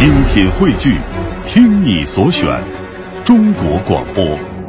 精品汇聚，听你所选，中国广播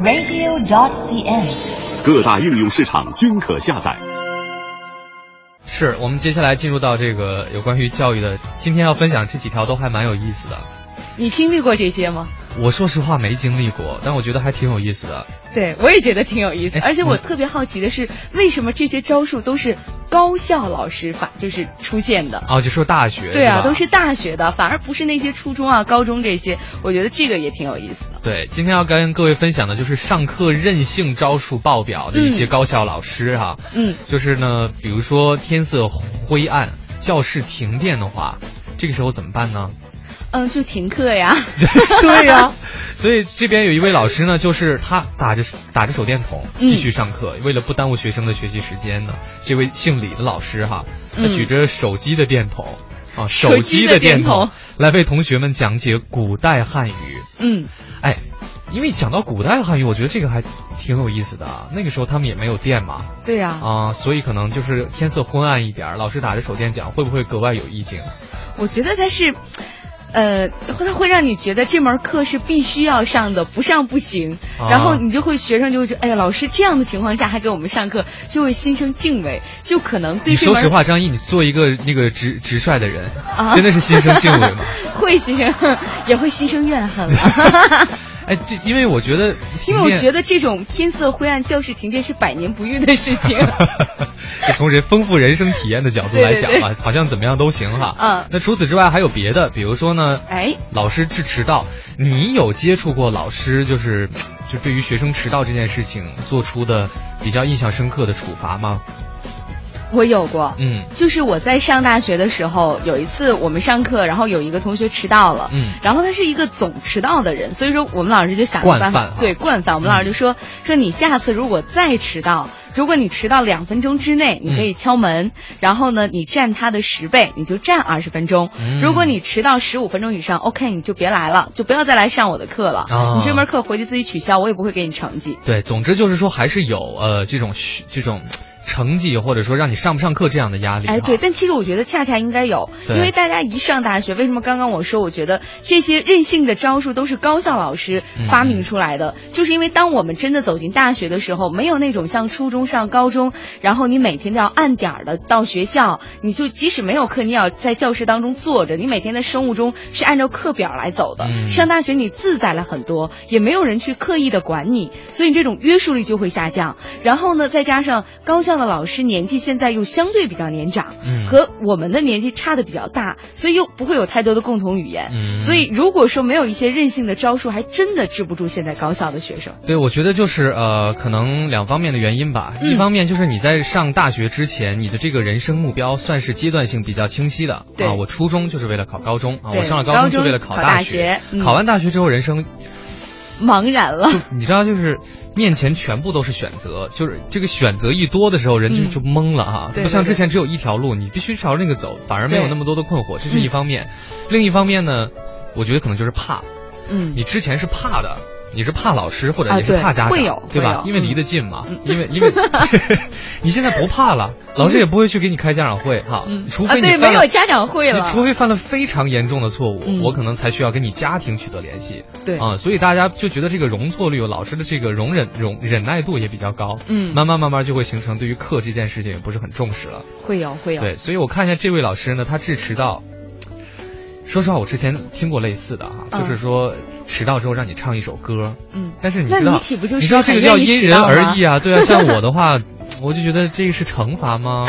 radio.cn， 各大应用市场均可下载。 是我们接下来进入到这个有关于教育的，今天要分享这几条都还蛮有意思的。 你经历过这些吗？ 我说实话没经历过，但我觉得还挺有意思的。 对，我也觉得挺有意思，而且我特别好奇的是，为什么这些招数都是高校老师就是出现的？ 哦，就说大学。 对啊，都是大学的，反而不是那些初中啊、高中这些。我觉得这个也挺有意思的。 对，今天要跟各位分享的就是上课任性招数爆表的一些高校老师哈。就是呢，比如说天色灰暗，教室停电的话，这个时候怎么办呢？ 就停课呀。 对呀。所以这边有一位老师呢，就是他打着手电筒继续上课，为了不耽误学生的学习时间呢，这位姓李的老师哈，他举着手机的电筒手机的电筒来为同学们讲解古代汉语。因为讲到古代汉语，我觉得这个还挺有意思的。那个时候他们也没有电嘛。 对呀。 所以可能就是天色昏暗一点，老师打着手电讲，会不会格外有意境？ 我觉得他是。它会让你觉得这门课是必须要上的，不上不行。然后你就会学生就会觉得，哎呀，老师这样的情况下还给我们上课，就会心生敬畏，就可能对这门。 你说实话，张毅，你做一个那个直率的人，真的是心生敬畏吗？ 会心生，也会心生怨恨了。 因为我觉得这种天色灰暗、教室停电是百年不遇的事情。 从丰富人生体验的角度来讲吧，对，好像怎么样都行哈。那除此之外还有别的，比如说呢，老师治迟到，你有接触过老师就对于学生迟到这件事情做出的比较印象深刻的处罚吗？ 我有过，就是我在上大学的时候，有一次我们上课，然后有一个同学迟到了，然后他是一个总迟到的人，所以说我们老师就想办法，对，惯犯，我们老师就说你下次如果再迟到，如果你迟到2分钟之内，你可以敲门，然后呢，你占他的10倍，你就占20分钟。如果你迟到15分钟以上 ，OK， 你就别来了，就不要再来上我的课了。你这门课回去自己取消，我也不会给你成绩。 对，总之就是说还是有这种成绩或者说让你上不上课这样的压力。 对，但其实我觉得恰恰应该有，因为大家一上大学，为什么刚刚我说我觉得这些任性的招数都是高校老师发明出来的，就是因为当我们真的走进大学的时候，没有那种像初中上高中，然后你每天都要按点的到学校，你就即使没有课，你也要在教室当中坐着，你每天的生物钟是按照课表来走的。上大学你自在了很多，也没有人去刻意的管你，所以你这种约束力就会下降。然后呢，再加上高校的老师年纪现在又相对比较年长，和我们的年纪差的比较大，所以又不会有太多的共同语言。所以如果说没有一些任性的招数，还真的治不住现在高校的学生。 对，我觉得就是可能2方面的原因吧。一方面就是你在上大学之前，你的这个人生目标算是阶段性比较清晰的。对，我初中就是为了考高中我上了高中是为了考大学。考完大学之后，人生茫然了。 你知道，就是面前全部都是选择，就是这个选择一多的时候，人就懵了哈。不像之前只有一条路，你必须朝着那个走，反而没有那么多的困惑，这是一方面。另一方面呢，我觉得可能就是怕。你之前是怕的，你是怕老师或者你是怕家长，对吧？因为离得近嘛。因为你现在不怕了，老师也不会去给你开家长会哈。除非你没有家长会了， 除非犯了非常严重的错误，我可能才需要跟你家庭取得联系。对所以大家就觉得这个容错率，老师的这个忍耐度也比较高。慢慢就会形成对于课这件事情也不是很重视了。 会有。 对，所以我看一下这位老师呢，他治迟到。说实话，我之前听过类似的就是说迟到之后让你唱一首歌。但是你知道这个叫因人而异啊。对啊，像我的话，我就觉得这个是惩罚吗？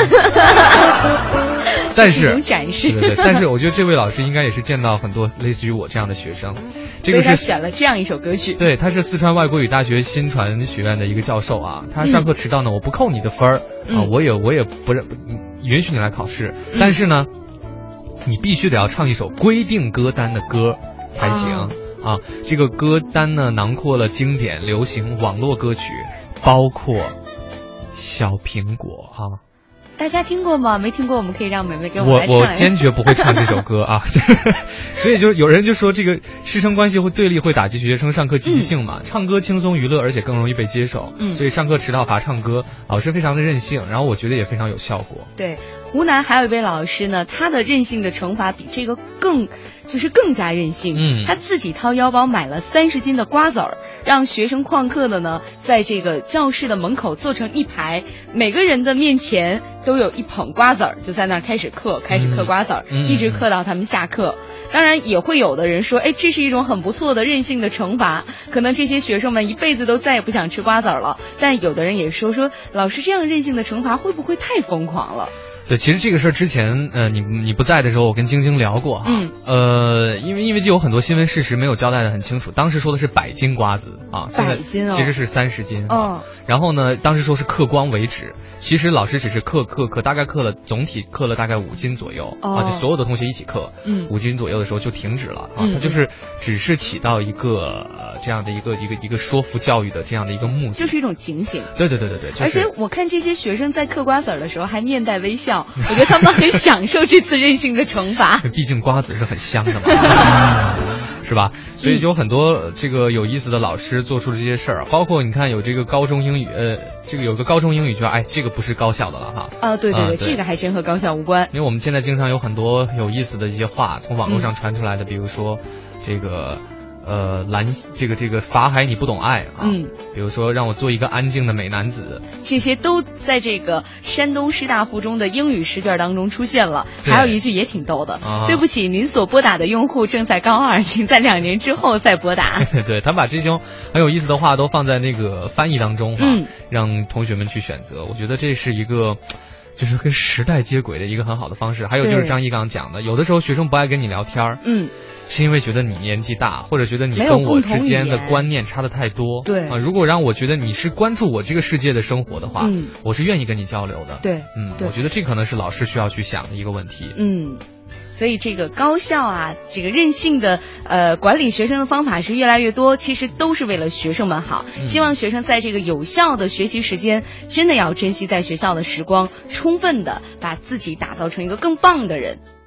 但是对，但是我觉得这位老师应该也是见到很多类似于我这样的学生。这个是他选了这样一首歌曲。 对，他是四川外国语大学新传学院的一个教授啊。他上课迟到呢，我不扣你的分儿我也不允许你来考试。但是呢，你必须得要唱一首规定歌单的歌才行这个歌单呢，囊括了经典、流行、网络歌曲，包括小苹果大家听过吗？没听过，我们可以让梅梅给我们来唱。 我坚决不会唱这首歌啊，所以就有人就说这个师生关系会对立，会打击学生上课积极性嘛。唱歌轻松娱乐，而且更容易被接受。所以上课迟到罚唱歌，老师非常的任性，然后我觉得也非常有效果。 对，湖南还有一位老师呢，他的任性的惩罚比这个更加任性。他自己掏腰包买了30斤的瓜子儿，让学生旷课的呢，在这个教室的门口坐成一排，每个人的面前都有一捧瓜子儿，就在那儿开始嗑瓜子儿，一直嗑到他们下课。当然也会有的人说，这是一种很不错的任性的惩罚，可能这些学生们一辈子都再也不想吃瓜子儿了。但有的人也说老师这样任性的惩罚会不会太疯狂了？ 对，其实这个事儿之前，你不在的时候，我跟晶晶聊过哈。因为就有很多新闻事实没有交代的很清楚。当时说的是100斤瓜子啊 ，100斤其实是30斤。然后呢，当时说是嗑光为止，其实老师只是嗑，大概总体嗑了大概5斤左右就所有的同学一起嗑，5斤左右的时候就停止了它就是只是起到一个这样的一个说服教育的这样的一个目的， 就是一种警醒。 对， 而且我看这些学生在嗑瓜子儿的时候还面带微笑。我觉得他们很享受这次任性的惩罚， 毕竟瓜子是很香的嘛，是吧？所以有很多这个有意思的老师做出了这些事儿，包括你看有这个高中英语，这个有个高中英语就这个不是高校的了哈。 对，这个还真和高校无关。 因为我们现在经常有很多有意思的一些话从网络上传出来的，比如说这个。这个法海你不懂爱啊，比如说让我做一个安静的美男子， 这些都在这个山东师大附中的英语试卷当中出现了。还有一句也挺逗的，对不起，您所拨打的用户正在高2，请在2年之后再拨打。 对，他把这种很有意思的话都放在那个翻译当中让同学们去选择。我觉得这是一个就是跟时代接轨的一个很好的方式。还有就是张一刚讲的，有的时候学生不爱跟你聊天是因为觉得你年纪大，或者觉得你跟我之间的观念差得太多。 对如果让我觉得你是关注我这个世界的生活的话，我是愿意跟你交流的。 对， 我觉得这可能是老师需要去想的一个问题。 所以这个高校这个任性的管理学生的方法是越来越多，其实都是为了学生们好。希望学生在这个有效的学习时间，真的要珍惜在学校的时光，充分的把自己打造成一个更棒的人。